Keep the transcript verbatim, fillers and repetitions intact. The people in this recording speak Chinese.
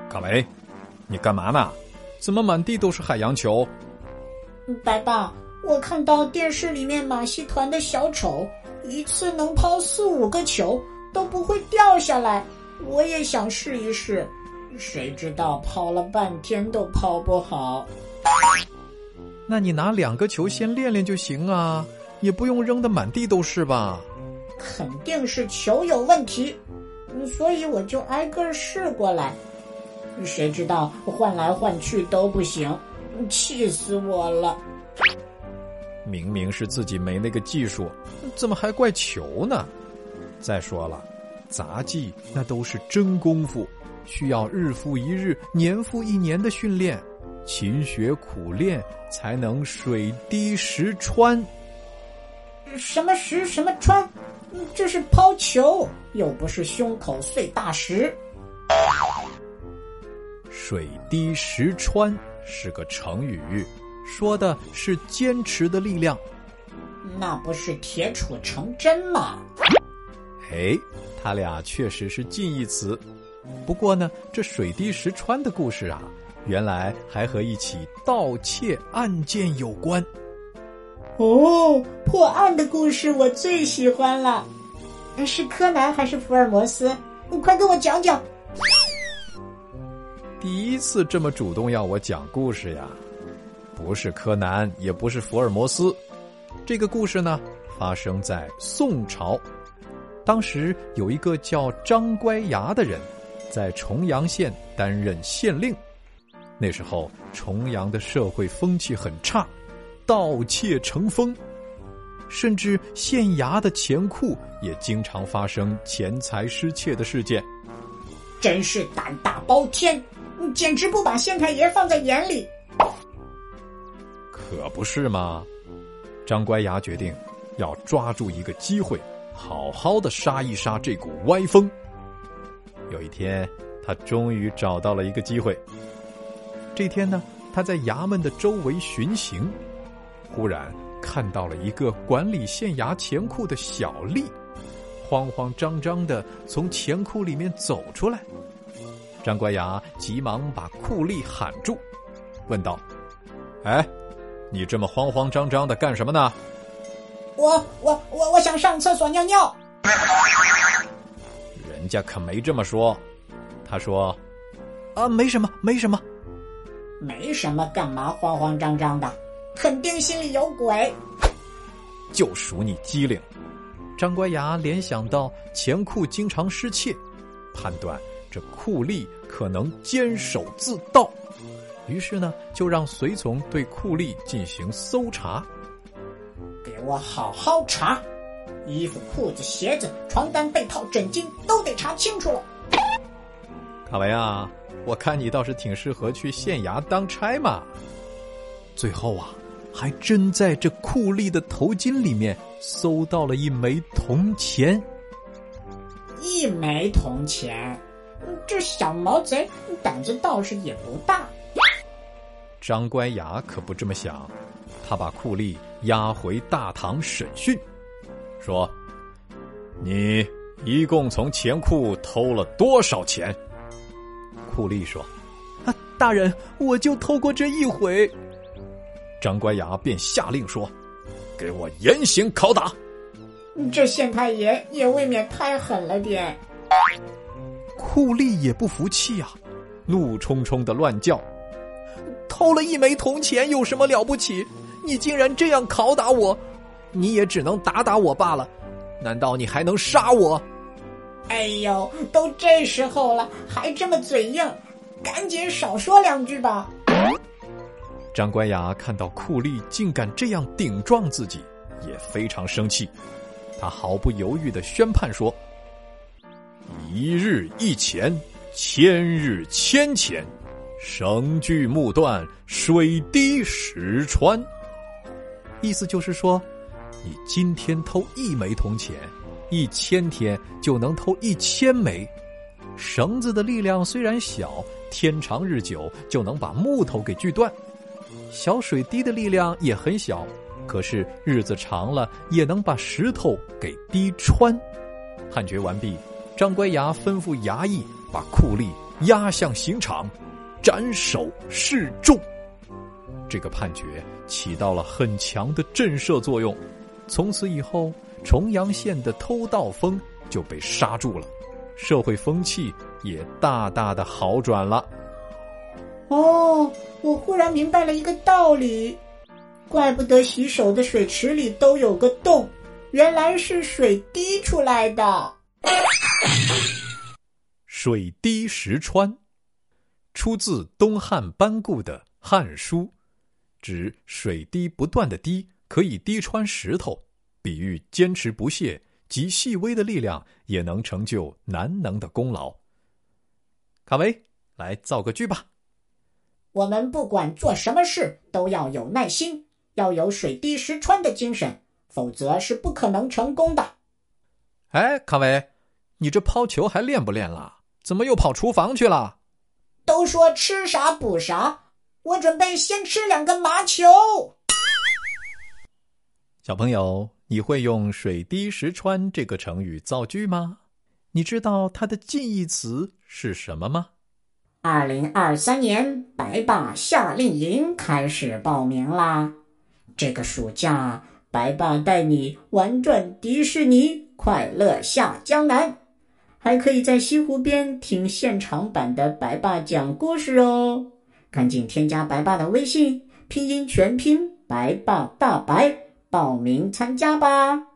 卡维，你干嘛呢？怎么满地都是海洋球？ 白爸，我看到电视里面马戏团的小丑一次能抛四五个球都不会掉下来，我也想试一试，谁知道抛了半天都抛不好。 那你拿两个球先练练就行啊，也不用扔得满地都是吧？ 肯定是球有问题，所以我就挨个试过来，谁知道换来换去都不行，气死我了。 明明是自己没那个技术，怎么还怪球呢？再说了，杂技那都是真功夫，需要日复一日、年复一年的训练，勤学苦练才能水滴石穿。 什么石什么穿？这是抛球，又不是胸口碎大石。 水滴石穿是个成语，说的是坚持的力量。 那不是铁杵成针吗？ 哎，他俩确实是近义词。不过呢，这水滴石穿的故事啊，原来还和一起盗窃案件有关。 哦，破案的故事我最喜欢了。是柯南还是福尔摩斯？你快跟我讲讲。 第一次这么主动要我讲故事呀，不是柯南，也不是福尔摩斯。这个故事呢，发生在宋朝。当时有一个叫张乖崖的人，在重阳县担任县令。那时候重阳的社会风气很差，盗窃成风，甚至县衙的钱库也经常发生钱财失窃的事件。 真是胆大包天，简直不把县太爷放在眼里。 可不是嘛，张乖崖决定要抓住一个机会，好好的杀一杀这股歪风。有一天，他终于找到了一个机会。这天呢，他在衙门的周围巡行，忽然看到了一个管理县衙钱库的小吏，慌慌张张地从钱库里面走出来。张乖崖急忙把库吏喊住，问道：哎，你这么慌慌张张的干什么呢？ 我我我我想上厕所尿尿。 人家可没这么说，他说：啊，没什么没什么。 没什么，干嘛慌慌张张的？肯定心里有鬼。 就属你机灵。张乖崖联想到钱库经常失窃，判断这库吏可能监守自盗，于是呢，就让随从对库吏进行搜查。 给我好好查，衣服、裤子、鞋子、床单、被套、枕巾都得查清楚了。 卡维啊，我看你倒是挺适合去县衙当差嘛。最后啊，还真在这库吏的头巾里面搜到了一枚铜钱。 一枚铜钱，这小毛贼胆子倒是也不大。 张乖崖可不这么想，他把库吏押回大堂审讯，说：你一共从钱库偷了多少钱？库吏说：啊，大人，我就偷过这一回。张乖崖便下令说：给我严刑拷打。 这县太爷也未免太狠了点。 库吏也不服气啊，怒冲冲地乱叫：偷了一枚铜钱有什么了不起？你竟然这样拷打我，你也只能打打我罢了，难道你还能杀我？ 哎呦，都这时候了，还这么嘴硬，赶紧少说两句吧。 张乖崖看到库吏竟敢这样顶撞自己，也非常生气。他毫不犹豫地宣判说：一日一钱，千日千钱，绳锯木断，水滴石穿。意思就是说，你今天偷一枚铜钱，一千天就能偷一千枚。绳子的力量虽然小，天长日久就能把木头给锯断。小水滴的力量也很小，可是日子长了也能把石头给滴穿。判决完毕，张乖崖吩咐衙役把库吏押向刑场，斩首示众。这个判决起到了很强的震慑作用，从此以后，重阳县的偷盗风就被刹住了，社会风气也大大的好转了。 哦，我忽然明白了一个道理，怪不得洗手的水池里都有个洞，原来是水滴出来的。 水滴石穿，出自东汉班固的《汉书》，指水滴不断的滴，可以滴穿石头，比喻坚持不懈及细微的力量也能成就难能的功劳。卡维，来造个句吧。 我们不管做什么事都要有耐心，要有水滴石穿的精神，否则是不可能成功的。 哎，卡维，你这抛球还练不练了？怎么又跑厨房去了？ 都说吃啥补啥，我准备先吃两个麻球。 小朋友，你会用水滴石穿这个成语造句吗？你知道它的近义词是什么吗？ 二零二三年白爸夏令营开始报名啦！这个暑假，白爸带你玩转迪士尼，快乐下江南，还可以在西湖边听现场版的白爸讲故事哦！赶紧添加白爸的微信，拼音全拼白爸大白，报名参加吧！